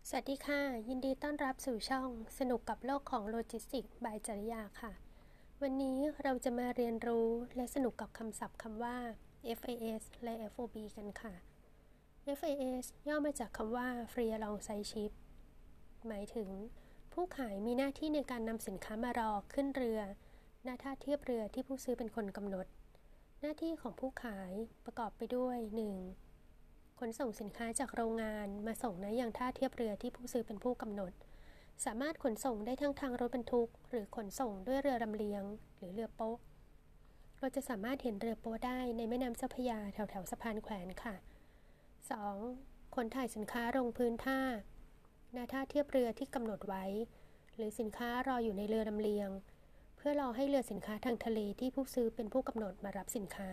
สวัสดีค่ะยินดีต้อนรับสู่ช่องสนุกกับโลกของโลจิสติกส์บายจริยาค่ะวันนี้เราจะมาเรียนรู้และสนุกกับคำศัพท์คำว่า FAS และ FOB กันค่ะ FAS ย่อมาจากคำว่า Free Alongside Ship หมายถึงผู้ขายมีหน้าที่ในการนำสินค้ามารอขึ้นเรือณท่าเทียบเรือที่ผู้ซื้อเป็นคนกำหนดหน้าที่ของผู้ขายประกอบไปด้วย 1. ขนส่งสินค้าจากโรงงานมาส่งณยังท่าเทียบเรือที่ผู้ซื้อเป็นผู้กำหนดสามารถขนส่งได้ทั้งทางรถบรรทุกหรือขนส่งด้วยเรือลำเลียงหรือเรือโป๊ะเราจะสามารถเห็นเรือโป๊ะได้ในแม่น้ำเจ้าพระยาแถวสะพานแขวนค่ะ 2. ขนถ่ายสินค้าลงพื้นท่าณท่าเทียบเรือที่กำหนดไว้หรือสินค้ารออยู่ในเรือลำเลียงเพื่อรอให้เรือสินค้าทางทะเลที่ผู้ซื้อเป็นผู้กำหนดมารับสินค้า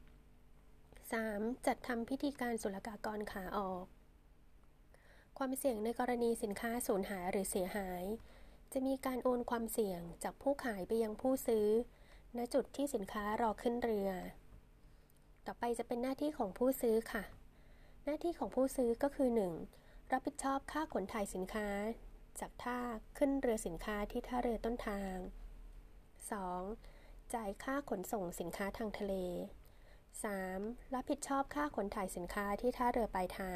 3. จัดทำพิธีการศุลกากรขาออกความเสี่ยงในกรณีสินค้าสูญหายหรือเสียหายจะมีการโอนความเสี่ยงจากผู้ขายไปยังผู้ซื้อณจุดที่สินค้ารอขึ้นเรือต่อไปจะเป็นหน้าที่ของผู้ซื้อค่ะหน้าที่ของผู้ซื้อก็คือ 1. รับผิดชอบค่าขนถ่ายสินค้าจากท่าขึ้นเรือสินค้าที่ท่าเรือต้นทาง 2. จ่ายค่าขนส่งสินค้าทางทะเล 3. รับผิดชอบค่าขนถ่ายสินค้าที่ท่าเรือปลายทาง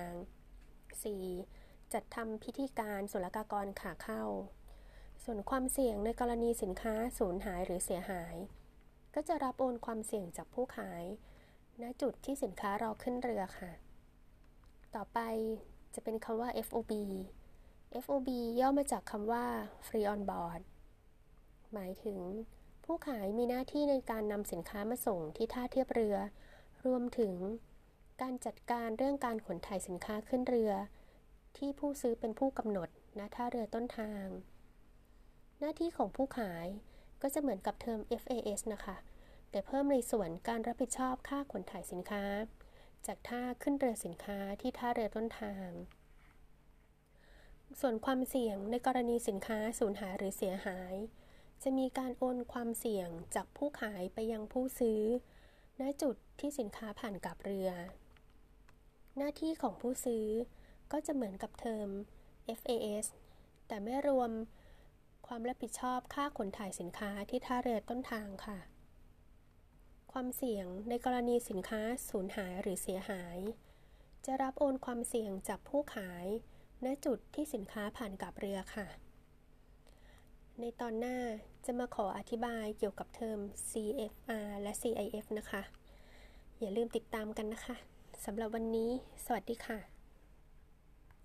4. จัดทำพิธีการศุลกากรขาเข้าส่วนความเสี่ยงในกรณีสินค้าสูญหายหรือเสียหายก็จะรับโอนความเสี่ยงจากผู้ขายณจุดที่สินค้ารอขึ้นเรือค่ะต่อไปจะเป็นคำว่า FOB FOB ย่อมาจากคำว่า Free on Board หมายถึงผู้ขายมีหน้าที่ในการนำสินค้ามาส่งที่ท่าเทียบเรือรวมถึงการจัดการเรื่องการขนถ่ายสินค้าขึ้นเรือที่ผู้ซื้อเป็นผู้กำหนดณท่าเรือต้นทางหน้าที่ของผู้ขายก็จะเหมือนกับเทอม FAS นะคะแต่เพิ่มในส่วนการรับผิดชอบค่าขนถ่ายสินค้าจากท่าขึ้นเรือสินค้าที่ท่าเรือต้นทางส่วนความเสี่ยงในกรณีสินค้าสูญหายหรือเสียหายจะมีการโอนความเสี่ยงจากผู้ขายไปยังผู้ซื้อณจุดที่สินค้าผ่านกับเรือหน้าที่ของผู้ซื้อก็จะเหมือนกับเทอม FAS แต่ไม่รวมความรับผิดชอบค่าขนถ่ายสินค้าที่ท่าเรือต้นทางค่ะความเสี่ยงในกรณีสินค้าสูญหายหรือเสียหายจะรับโอนความเสี่ยงจากผู้ขายณจุดที่สินค้าผ่านกับเรือค่ะในตอนหน้าจะมาขออธิบายเกี่ยวกับเทอม CFR และ CIF นะคะอย่าลืมติดตามกันนะคะสำหรับวันนี้สวัสดีค่ะ